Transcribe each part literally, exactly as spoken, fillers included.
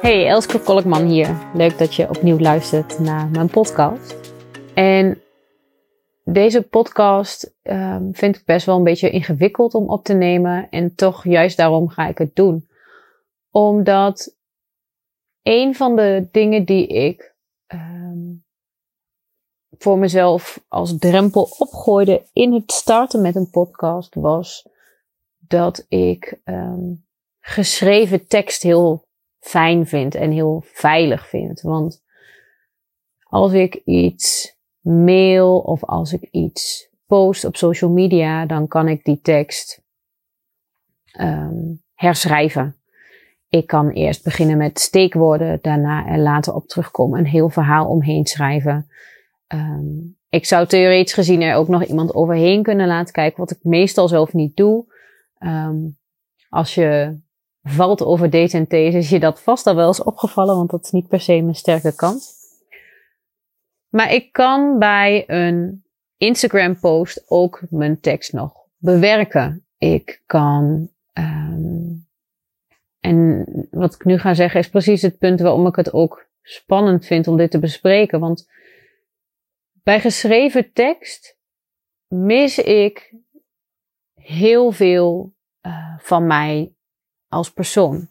Hey, Elske Kolkman hier. Leuk dat je opnieuw luistert naar mijn podcast. En deze podcast um, vind ik best wel een beetje ingewikkeld om op te nemen. En toch juist daarom ga ik het doen. Omdat een van de dingen die ik um, voor mezelf als drempel opgooide in het starten met een podcast was dat ik um, geschreven tekst heel fijn vind en heel veilig vind. Want als ik iets mail of als ik iets post op social media, dan kan ik die tekst um, herschrijven. Ik kan eerst beginnen met steekwoorden, daarna er later op terugkomen, een heel verhaal omheen schrijven. Um, ik zou theoretisch gezien er ook nog iemand overheen kunnen laten kijken, wat ik meestal zelf niet doe. Um, als je valt over date en these, is je dat vast al wel eens opgevallen, want dat is niet per se mijn sterke kant. Maar ik kan bij een Instagram post ook mijn tekst nog bewerken. Ik kan, um, en wat ik nu ga zeggen is precies het punt waarom ik het ook spannend vind om dit te bespreken. Want bij geschreven tekst mis ik heel veel uh, van mij als persoon.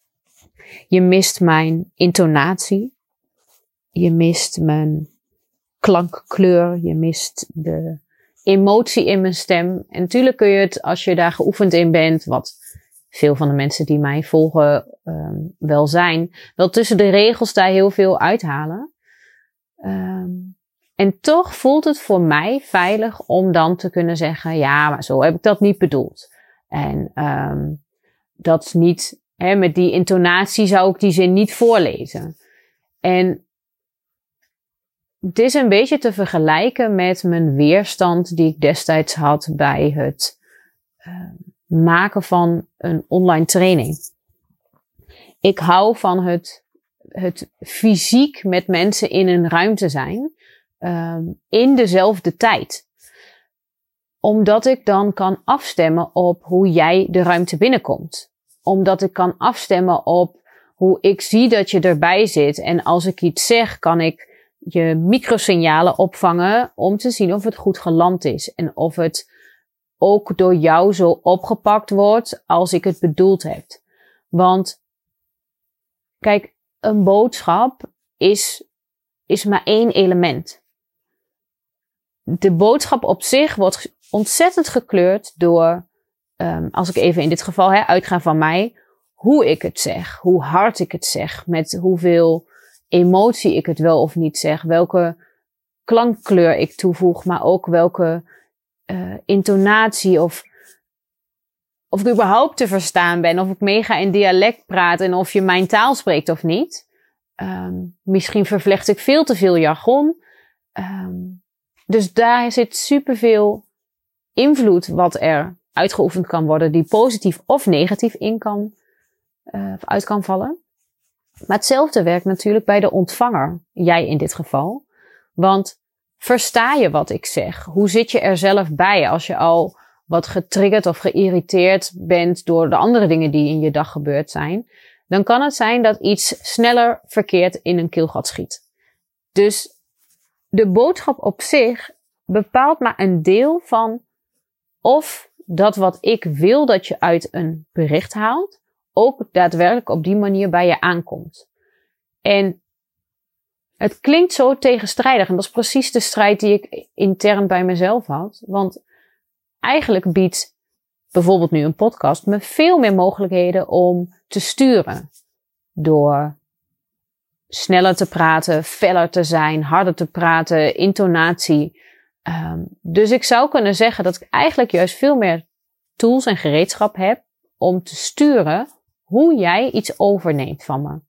Je mist mijn intonatie. Je mist mijn klankkleur. Je mist de emotie in mijn stem. En natuurlijk kun je het, als je daar geoefend in bent, wat veel van de mensen die mij volgen um, wel zijn, wel tussen de regels daar heel veel uithalen. Um, en toch voelt het voor mij veilig om dan te kunnen zeggen, ja, maar zo heb ik dat niet bedoeld. En um, dat is niet, hè, met die intonatie zou ik die zin niet voorlezen. En het is een beetje te vergelijken met mijn weerstand die ik destijds had bij het uh, maken van een online training. Ik hou van het, het fysiek met mensen in een ruimte zijn, um, in dezelfde tijd. Omdat ik dan kan afstemmen op hoe jij de ruimte binnenkomt. Omdat ik kan afstemmen op hoe ik zie dat je erbij zit. En als ik iets zeg, kan ik je microsignalen opvangen om te zien of het goed geland is. En of het ook door jou zo opgepakt wordt als ik het bedoeld heb. Want kijk, een boodschap is, is maar één element. De boodschap op zich wordt ontzettend gekleurd door, um, als ik even in dit geval hè, uitga van mij, hoe ik het zeg, hoe hard ik het zeg, met hoeveel emotie ik het wel of niet zeg, welke klankkleur ik toevoeg, maar ook welke uh, intonatie of of ik überhaupt te verstaan ben, of ik mega in dialect praat en of je mijn taal spreekt of niet. Um, misschien vervlecht ik veel te veel jargon. Um, dus daar zit superveel invloed wat er uitgeoefend kan worden, die positief of negatief in kan, uh, uit kan vallen. Maar hetzelfde werkt natuurlijk bij de ontvanger, jij in dit geval. Want versta je wat ik zeg? Hoe zit je er zelf bij als je al wat getriggerd of geïrriteerd bent door de andere dingen die in je dag gebeurd zijn? Dan kan het zijn dat iets sneller verkeerd in een keelgat schiet. Dus de boodschap op zich bepaalt maar een deel van of dat wat ik wil dat je uit een bericht haalt, ook daadwerkelijk op die manier bij je aankomt. En het klinkt zo tegenstrijdig. En dat is precies de strijd die ik intern bij mezelf had. Want eigenlijk biedt bijvoorbeeld nu een podcast me veel meer mogelijkheden om te sturen. Door sneller te praten, feller te zijn, harder te praten, intonatie. Um, dus ik zou kunnen zeggen dat ik eigenlijk juist veel meer tools en gereedschap heb om te sturen hoe jij iets overneemt van me.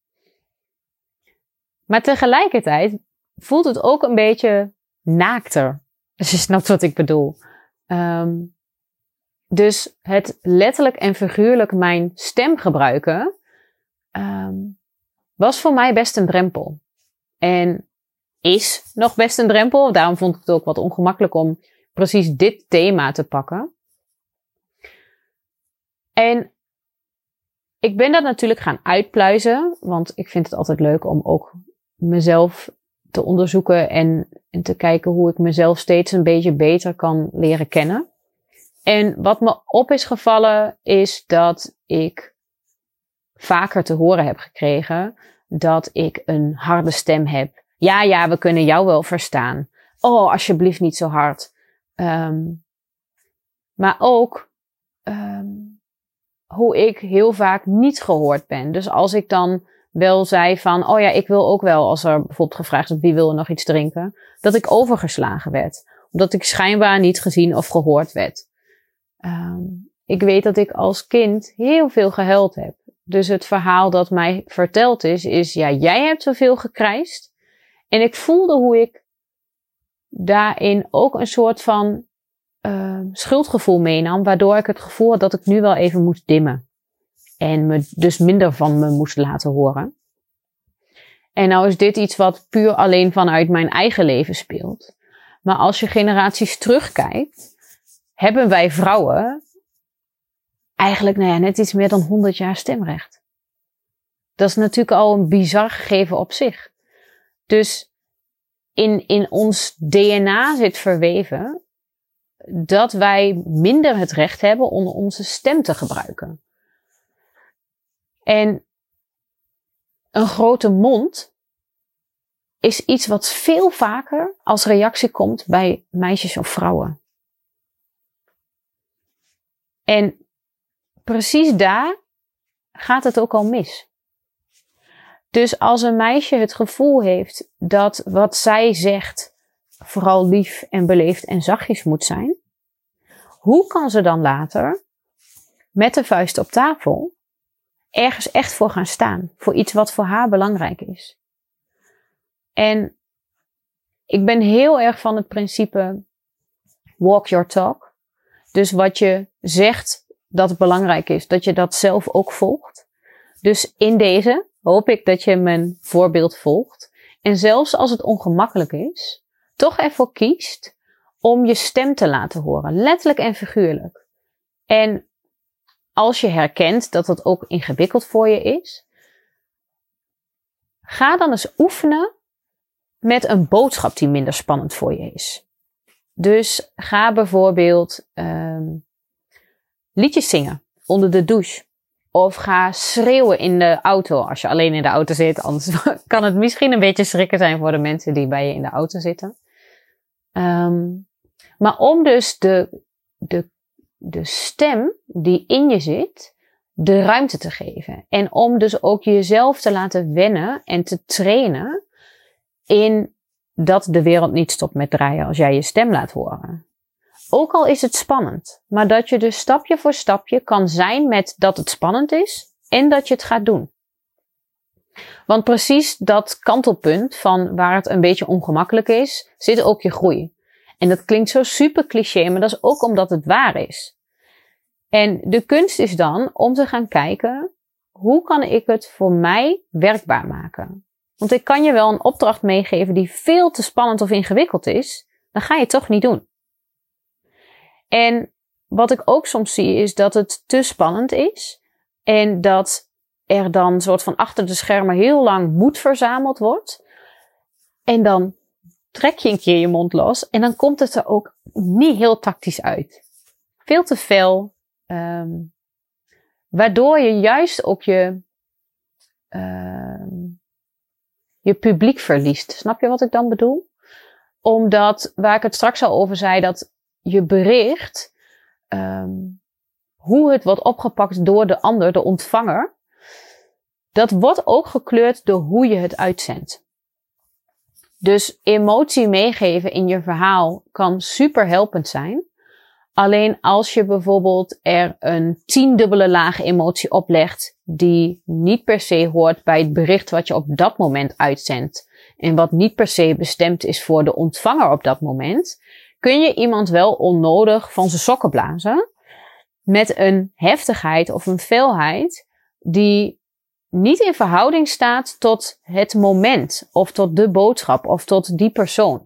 Maar tegelijkertijd voelt het ook een beetje naakter. Als je snapt wat ik bedoel. Um, dus het letterlijk en figuurlijk mijn stem gebruiken um, was voor mij best een drempel. En is nog best een drempel. Daarom vond ik het ook wat ongemakkelijk om precies dit thema te pakken. En ik ben dat natuurlijk gaan uitpluizen. Want ik vind het altijd leuk om ook mezelf te onderzoeken. En, en te kijken hoe ik mezelf steeds een beetje beter kan leren kennen. En wat me op is gevallen is dat ik vaker te horen heb gekregen dat ik een harde stem heb. Ja, ja, we kunnen jou wel verstaan. Oh, alsjeblieft niet zo hard. Um, maar ook um, hoe ik heel vaak niet gehoord ben. Dus als ik dan wel zei van, oh ja, ik wil ook wel, als er bijvoorbeeld gevraagd is wie wil er nog iets drinken, dat ik overgeslagen werd. Omdat ik schijnbaar niet gezien of gehoord werd. Um, ik weet dat ik als kind heel veel gehuild heb. Dus het verhaal dat mij verteld is, is ja, jij hebt zoveel gekrijsd. En ik voelde hoe ik daarin ook een soort van uh, schuldgevoel meenam, waardoor ik het gevoel had dat ik nu wel even moest dimmen. En me dus minder van me moest laten horen. En nou is dit iets wat puur alleen vanuit mijn eigen leven speelt. Maar als je generaties terugkijkt, hebben wij vrouwen eigenlijk nou ja, net iets meer dan honderd jaar stemrecht. Dat is natuurlijk al een bizar gegeven op zich. Dus in, in ons D N A zit verweven dat wij minder het recht hebben om onze stem te gebruiken. En een grote mond is iets wat veel vaker als reactie komt bij meisjes of vrouwen. En precies daar gaat het ook al mis. Dus als een meisje het gevoel heeft dat wat zij zegt vooral lief en beleefd en zachtjes moet zijn, hoe kan ze dan later met de vuist op tafel ergens echt voor gaan staan? Voor iets wat voor haar belangrijk is. En ik ben heel erg van het principe walk your talk. Dus wat je zegt dat het belangrijk is, dat je dat zelf ook volgt. Dus in deze hoop ik dat je mijn voorbeeld volgt. En zelfs als het ongemakkelijk is, toch ervoor kiest om je stem te laten horen. Letterlijk en figuurlijk. En als je herkent dat het ook ingewikkeld voor je is, ga dan eens oefenen met een boodschap die minder spannend voor je is. Dus ga bijvoorbeeld um, liedjes zingen onder de douche. Of ga schreeuwen in de auto als je alleen in de auto zit. Anders kan het misschien een beetje schrikken zijn voor de mensen die bij je in de auto zitten. Um, maar om dus de, de, de stem die in je zit, de ruimte te geven. En om dus ook jezelf te laten wennen en te trainen in dat de wereld niet stopt met draaien als jij je stem laat horen. Ook al is het spannend, maar dat je dus stapje voor stapje kan zijn met dat het spannend is en dat je het gaat doen. Want precies dat kantelpunt van waar het een beetje ongemakkelijk is, zit ook je groei. En dat klinkt zo super cliché, maar dat is ook omdat het waar is. En de kunst is dan om te gaan kijken, hoe kan ik het voor mij werkbaar maken? Want ik kan je wel een opdracht meegeven die veel te spannend of ingewikkeld is, dan ga je het toch niet doen. En wat ik ook soms zie is dat het te spannend is en dat er dan soort van achter de schermen heel lang moed verzameld wordt. En dan trek je een keer je mond los en dan komt het er ook niet heel tactisch uit. Veel te fel, um, waardoor je juist ook je, um, je publiek verliest. Snap je wat ik dan bedoel? Omdat, waar ik het straks al over zei, dat je bericht, um, hoe het wordt opgepakt door de ander, de ontvanger, dat wordt ook gekleurd door hoe je het uitzendt. Dus emotie meegeven in je verhaal kan super helpend zijn. Alleen als je bijvoorbeeld er een tiendubbele laag emotie oplegt, die niet per se hoort bij het bericht wat je op dat moment uitzendt, en wat niet per se bestemd is voor de ontvanger op dat moment, kun je iemand wel onnodig van zijn sokken blazen met een heftigheid of een felheid die niet in verhouding staat tot het moment of tot de boodschap of tot die persoon.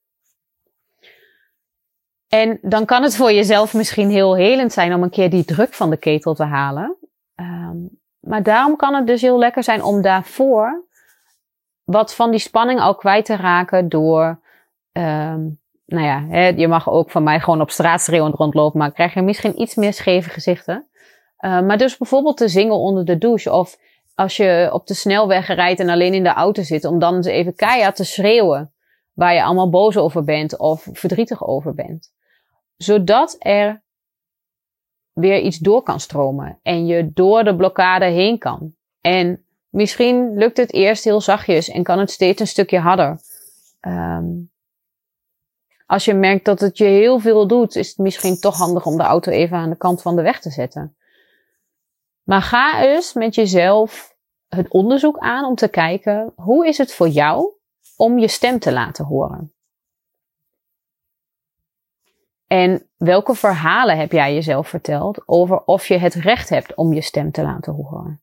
En dan kan het voor jezelf misschien heel helend zijn om een keer die druk van de ketel te halen. Um, maar daarom kan het dus heel lekker zijn om daarvoor wat van die spanning al kwijt te raken door, um, nou ja, hè, je mag ook van mij gewoon op straat schreeuwend rondlopen, maar krijg je misschien iets meer scheve gezichten. Uh, maar dus bijvoorbeeld te zingen onder de douche of als je op de snelweg rijdt en alleen in de auto zit, om dan eens even keihard te schreeuwen waar je allemaal boos over bent of verdrietig over bent. Zodat er weer iets door kan stromen en je door de blokkade heen kan. En misschien lukt het eerst heel zachtjes en kan het steeds een stukje harder. Um, als je merkt dat het je heel veel doet, is het misschien toch handig om de auto even aan de kant van de weg te zetten. Maar ga eens met jezelf het onderzoek aan om te kijken, hoe is het voor jou om je stem te laten horen? En welke verhalen heb jij jezelf verteld over of je het recht hebt om je stem te laten horen?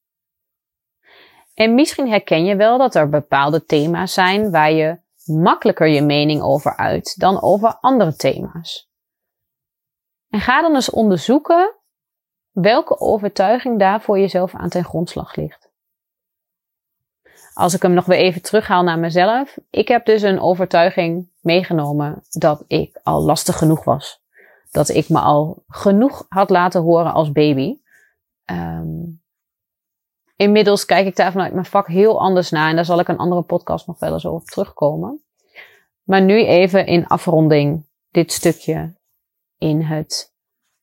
En misschien herken je wel dat er bepaalde thema's zijn waar je makkelijker je mening over uit dan over andere thema's. En ga dan eens onderzoeken welke overtuiging daar voor jezelf aan ten grondslag ligt. Als ik hem nog weer even terughaal naar mezelf. Ik heb dus een overtuiging meegenomen dat ik al lastig genoeg was. Dat ik me al genoeg had laten horen als baby. Um, inmiddels kijk ik daar vanuit mijn vak heel anders naar. En daar zal ik een andere podcast nog wel eens over terugkomen. Maar nu even in afronding dit stukje in het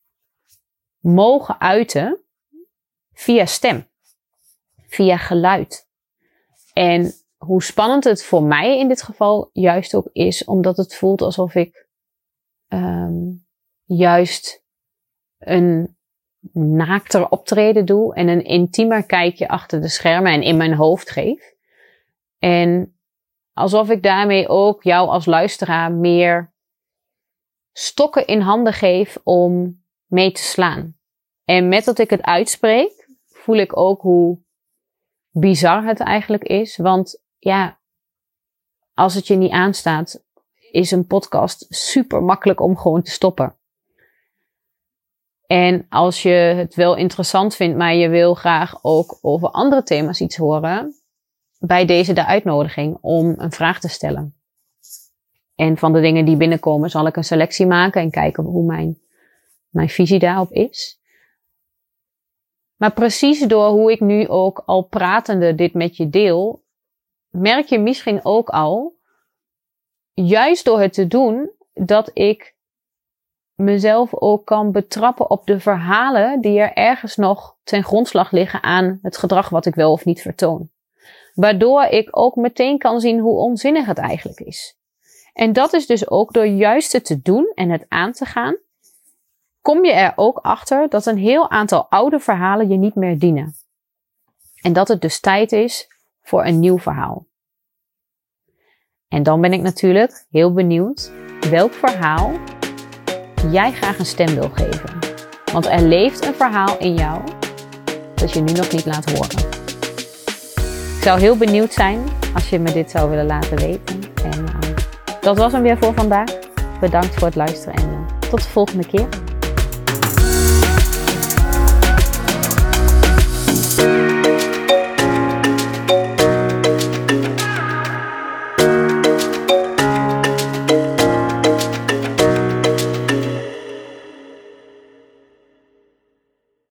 mogen uiten via stem. Via geluid. En hoe spannend het voor mij in dit geval juist ook is, omdat het voelt alsof ik um, juist een naakter optreden doe en een intiemer kijkje achter de schermen en in mijn hoofd geef. En alsof ik daarmee ook jou als luisteraar meer stokken in handen geef om mee te slaan. En met dat ik het uitspreek, voel ik ook hoe bizar het eigenlijk is. Want ja, als het je niet aanstaat, is een podcast super makkelijk om gewoon te stoppen. En als je het wel interessant vindt, maar je wil graag ook over andere thema's iets horen, bij deze de uitnodiging om een vraag te stellen. En van de dingen die binnenkomen zal ik een selectie maken en kijken hoe mijn, mijn visie daarop is. Maar precies door hoe ik nu ook al pratende dit met je deel, merk je misschien ook al, juist door het te doen, dat ik mezelf ook kan betrappen op de verhalen die er ergens nog ten grondslag liggen aan het gedrag wat ik wel of niet vertoon. Waardoor ik ook meteen kan zien hoe onzinnig het eigenlijk is. En dat is dus ook door juist het te doen en het aan te gaan, kom je er ook achter dat een heel aantal oude verhalen je niet meer dienen. En dat het dus tijd is voor een nieuw verhaal. En dan ben ik natuurlijk heel benieuwd welk verhaal jij graag een stem wil geven. Want er leeft een verhaal in jou dat je nu nog niet laat horen. Ik zou heel benieuwd zijn als je me dit zou willen laten weten. En uh, dat was hem weer voor vandaag. Bedankt voor het luisteren en uh, tot de volgende keer.